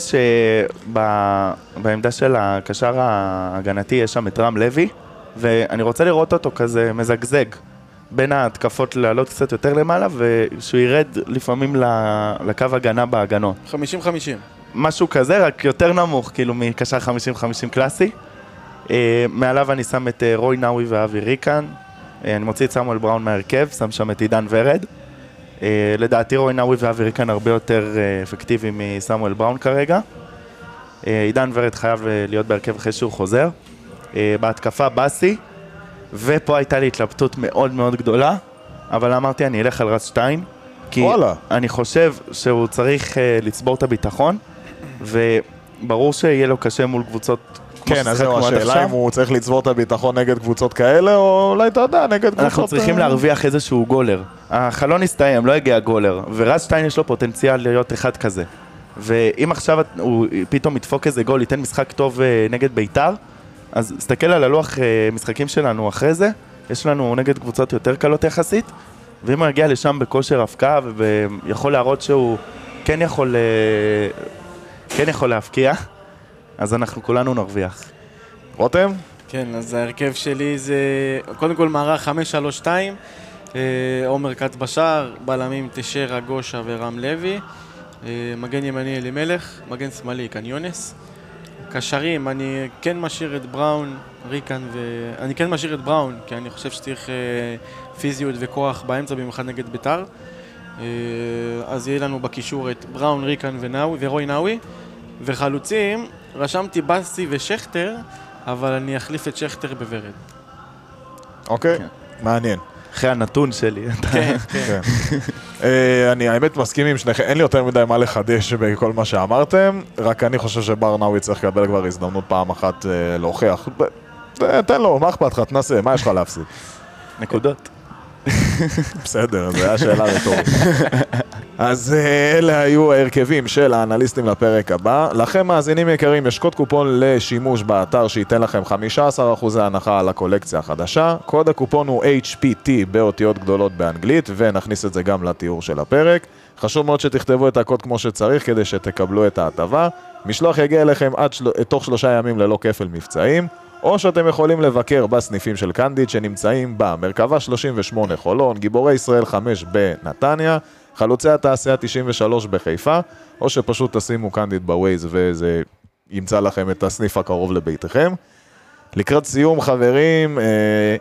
שבעמדה של הקשר ההגנתי יש שם את רם לוי, ואני רוצה לראות אותו כזה מזגזג בין ההתקפות לעלות קצת יותר למעלה, ושהוא ירד לפעמים לקו הגנה בהגנות. חמישים חמישים. משהו כזה, רק יותר נמוך, כאילו מקשר חמישים חמישים קלאסי. מעליו אני שם את רוי נאווי ואבי ריקן. אני מוציא את סמואל בראון מהרכב, שם שם את עידן ורד. לדעתי רוי נאווי ואבי ריקן הרבה יותר אפקטיביים מסמואל בראון כרגע. עידן ורד חייב להיות בהרכב אחרי שהוא חוזר. בהתקפה בסי, ופה הייתה לי התלבטות מאוד מאוד גדולה, אבל אמרתי אני אלך על רז שטיין, כי וואלה. אני חושב שהוא צריך לצבור את הביטחון, וברור שיהיה לו קשה מול קבוצות כן, אז זהו, השאלה אם הוא צריך לצבור את הביטחון נגד קבוצות כאלה, או אולי אתה יודע, נגד קבוצות... אנחנו צריכים להרוויח איזשהו גולר. החלון הסתיים, לא הגיע גולר, ורז שטיין יש לו פוטנציאל להיות אחד כזה. ואם עכשיו הוא פתאום ידפוק איזה גול, ייתן משחק טוב נגד בית"ר, אז תסתכל על הלוח משחקים שלנו אחרי זה, יש לנו נגד קבוצות יותר קלות יחסית, ואם הוא יגיע לשם בכושר הפקעה, ויכול להראות שהוא כן יכול, כן יכול להפקיע, אז אנחנו כולנו נרוויח. רותם? כן, אז ההרכב שלי זה קודם כל מערך חמש שלוש שתיים, עומר כץ בשער, בלמים תשרה, גושה ורם לוי, מגן ימני אלימלך, מגן שמאלי קניונס. קשרים, אני כן משאיר את בראון, ריקן ו... אני כן משאיר את בראון, כי אני חושב שצריך פיזיות וכוח באמצע במיוחד נגד בית"ר. אז יהיה לנו בקישור את בראון, ריקן ונאווי, ורוי נאווי. וחלוצים, רשמתי בסי ושכטר, אבל אני אחליף את שכטר בוורד. אוקיי, מעניין. אחרי הנתון שלי. כן, כן. אני האמת מסכים עם שניכם, אין לי יותר מדי מה לחדש בכל מה שאמרתם, רק אני חושב שבר נאווי צריך לקבל כבר הזדמנות פעם אחת להוכיח. תן לו, מה אכפת לך, תנסה, מה יש לך להפסיד? נקודות. בסדר, זו היה שאלה רטורית. אז אלה היו ההרכבים של האנליסטים לפרק הבא. לכם מאזינים יקרים, יש קוד קופון לשימוש באתר שייתן לכם חמישה עשר אחוז הנחה על הקולקציה החדשה. קוד הקופון הוא אייץ' פי טי באותיות גדולות באנגלית, ונכניס את זה גם לתיאור של הפרק. חשוב מאוד שתכתבו את הקוד כמו שצריך כדי שתקבלו את ההטבה. משלוח יגיע אליכם עד של... תוך שלושה ימים ללא כפל מבצעים. או שאתם יכולים לבקר בסניפים של קנדיד שנמצאים במרכבה שלושים ושמונה חולון, גיבורי ישראל חמש בנתניה, חלוצי התעשייה תשעים ושלוש בחיפה, או שפשוט תשימו קנדיד בווייז וזה ימצא לכם את הסניף הקרוב לביתכם. לקראת סיום חברים, אה,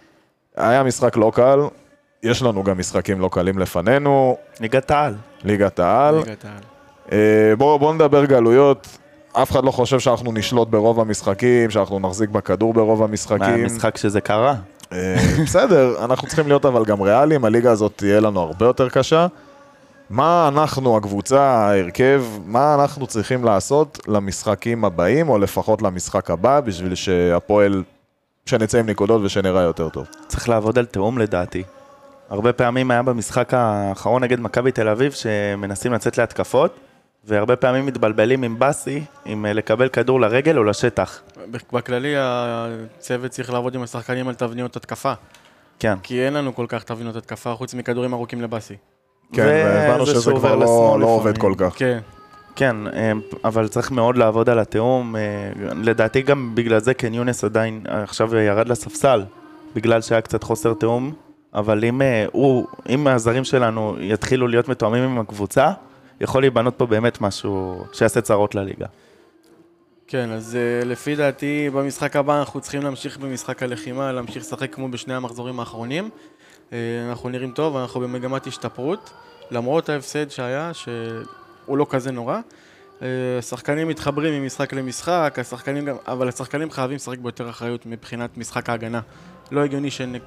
היה משחק לא קל, יש לנו גם משחקים לא קלים לפנינו. ליגת העל. ליגת העל. ליגת העל. אה, בואו בוא נדבר גלויות. אף אחד לא חושב שאנחנו נשלוט ברוב המשחקים, שאנחנו נחזיק בכדור ברוב המשחקים. מה המשחק שזה קרה? בסדר, אנחנו צריכים להיות אבל גם ריאליים, הליגה הזאת תהיה לנו הרבה יותר קשה. מה אנחנו, הקבוצה, ההרכב, מה אנחנו צריכים לעשות למשחקים הבאים, או לפחות למשחק הבא, בשביל שהפועל, שנצא עם נקודות ושנראה יותר טוב? צריך לעבוד על תאום לדעתי. הרבה פעמים היה במשחק האחרון נגד מכבי תל אביב, שמנסים לצאת להתקפות, והרבה פעמים מתבלבלים עם בסי, עם לקבל כדור לרגל או לשטח. בכללי הצוות צריך לעבוד עם השחקנים על תבניות התקפה. כן. כי אין לנו כל כך תבניות התקפה, חוץ מכדורים ארוכים לבסי. כן, והבנו שזה כבר לא, לא עובד כל כך. כן. כן, אבל צריך מאוד לעבוד על התאום. לדעתי גם בגלל זה, כן, יונס עדיין עכשיו ירד לספסל, בגלל שהיה קצת חוסר תאום, אבל אם, הוא, אם הזרים שלנו יתחילו להיות מתואמים עם הקבוצה, יכול להיבנות פה באמת משהו שיעשה צרות לליגה. כן, אז uh, לפי דעתי במשחק הבא אנחנו צריכים להמשיך במשחק הלחימה, להמשיך לשחק כמו בשני המחזורים האחרונים. Uh, אנחנו נראים טוב, אנחנו במגמת השתפרות, למרות ההפסד שהיה, שהוא לא כזה נורא. Uh, השחקנים מתחברים ממשחק למשחק, השחקנים גם, אבל השחקנים חייבים לשחק ביותר אחריות מבחינת משחק ההגנה. לא הגיוני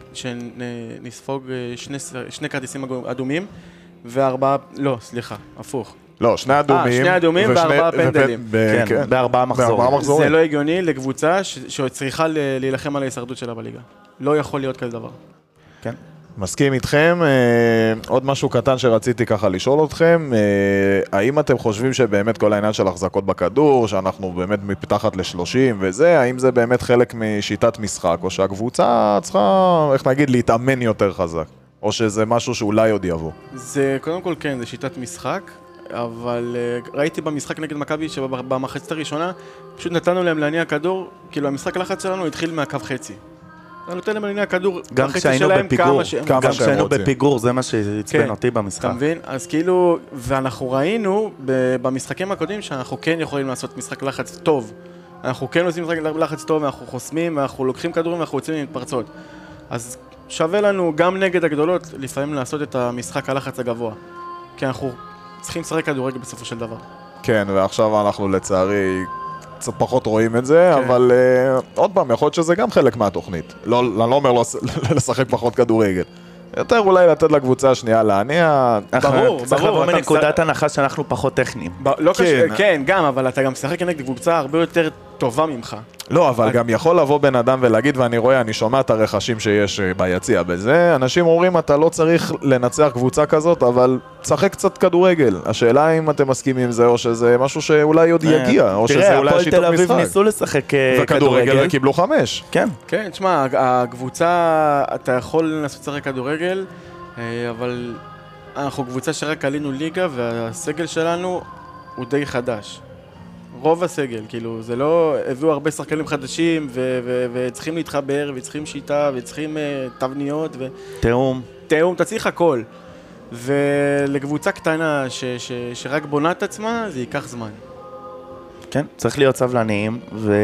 שנספוג שני, שני כרטיסים אדומים, וארבעה, לא, סליחה, הפוך. לא, שני אדומים. שני אדומים וארבעה פנדלים. כן, בארבעה מחזורים. זה לא הגיוני לקבוצה שצריכה להילחם על ההישרדות שלה בליגה. לא יכול להיות כזה דבר. כן. מסכים איתכם. עוד משהו קטן שרציתי ככה לשאול אתכם. האם אתם חושבים שבאמת כל העניין של החזקות בכדור, שאנחנו באמת מתחת ל-שלושים וזה, האם זה באמת חלק משיטת משחק, או שהקבוצה צריכה, איך נגיד, להתאמן יותר חזק? או שזה משהו שאולי עוד יבוא? זה, קודם כל כן, זה שיטת משחק, אבל uh, ראיתי במשחק נגד מכבי שבמחצית הראשונה, פשוט נתנו להם להניע כדור, כאילו המשחק לחץ שלנו התחיל מהקו חצי. נתנו להם להניע כדור בחצי שלהם כמה שהם רוצים. גם כשהיינו בפיגור, זה מה שהצבן אותי במשחק. אתה מבין? אז כאילו, ואנחנו ראינו במשחקים הקודמים שאנחנו כן יכולים לעשות משחק לחץ טוב. אנחנו כן עושים משחק לחץ טוב, ואנחנו חוסמים, ואנחנו לוקחים כדורים, ואנחנו יוצאים עם התפרצות. אז שווה לנו גם נגד הגדולות לפעמים לעשות את המשחק הלחץ הגבוה, כי אנחנו צריכים לשחק כדורגל בסופו של דבר. כן, ועכשיו אנחנו לצערי קצת פחות רואים את זה, כן. אבל uh, עוד פעם, יכול להיות שזה גם חלק מהתוכנית. לא, אני לא אומר לא, לשחק פחות כדורגל. יותר אולי לתת לקבוצה השנייה להניע. ברור, צריך לבוא מנקודת הנחה שאנחנו פחות טכניים. כן, גם, אבל אתה גם משחק נגד קבוצה הרבה יותר טובה ממך. לא, אבל גם יכול לבוא בן אדם ולהגיד, ואני רואה, אני שומע את הרכשים שיש ביציע בזה, אנשים אומרים, אתה לא צריך לנצח קבוצה כזאת, אבל תשחק קצת כדורגל. השאלה אם אתם מסכימים עם זה, או שזה משהו שאולי עוד יגיע, או שזה אולי שיטות משחק. תראה, הפועל תל אביב ניסו לשחק כדורגל. וכדורגל קיבלו חמש. כן. כן, תשמע, הקבוצה, אתה יכול לנסות לשחק כדורגל, אבל אנחנו קבוצה שרק עלינו ליגה, והסגל שלנו הוא די חדש. רוב הסגל, כאילו, זה לא, הביאו הרבה שחקנים חדשים, ו- ו- וצריכים להתחבר, וצריכים שיטה, וצריכים uh, תבניות, ו... תאום. תאום, אתה צריך הכל. ולקבוצה קטנה ש- ש- שרק בונה את עצמה, זה ייקח זמן. כן, צריך להיות סבלניים,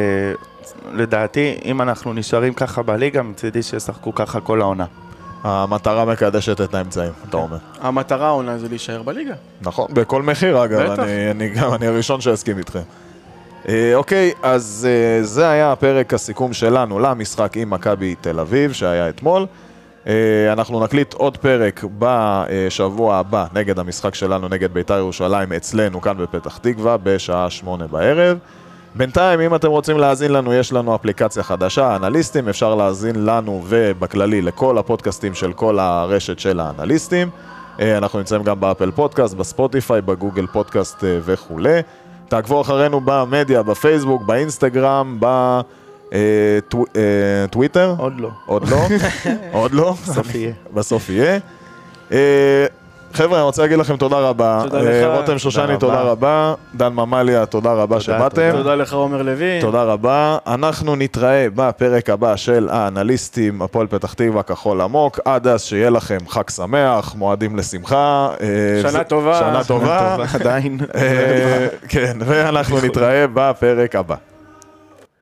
ולדעתי, אם אנחנו נשארים ככה בליגה, מצדי שישחקו ככה כל העונה. המטרה מקדשת את האמצעים, אתה אומר. המטרה העונה זה להישאר בליגה. נכון, בכל מחיר אגב, אני, אני, גם, אני הראשון שהסכים איתכם. אה, אוקיי, אז אה, זה היה הפרק הסיכום שלנו למשחק עם מכבי תל אביב, שהיה אתמול. אה, אנחנו נקליט עוד פרק בשבוע הבא נגד המשחק שלנו, נגד בית"ר ירושלים, אצלנו כאן בפתח תקווה, בשעה שמונה בערב. בינתיים, אם אתם רוצים להאזין לנו, יש לנו אפליקציה חדשה, אנליסטים, אפשר להאזין לנו ובכללי לכל הפודקאסטים של כל הרשת של האנליסטים. אנחנו נמצאים גם באפל פודקאסט, בספוטיפיי, בגוגל פודקאסט וכו'. תעקבו אחרינו במדיה, בפייסבוק, באינסטגרם, בטוויטר. עוד לא. עוד לא. עוד לא. בסוף יהיה. בסוף יהיה. חבר'ה, אני רוצה להגיד לכם תודה רבה. תודה לך. רותם שושני, תודה רבה. דן ממליה, תודה רבה שבאתם. תודה לך, עומר לוי. תודה רבה. אנחנו נתראה בפרק הבא של האנליסטים, הפועל פתח תקווה כחול עמוק. עד אז שיהיה לכם חג שמח, מועדים לשמחה. שנה טובה. שנה טובה. עדיין. כן, ואנחנו נתראה בפרק הבא.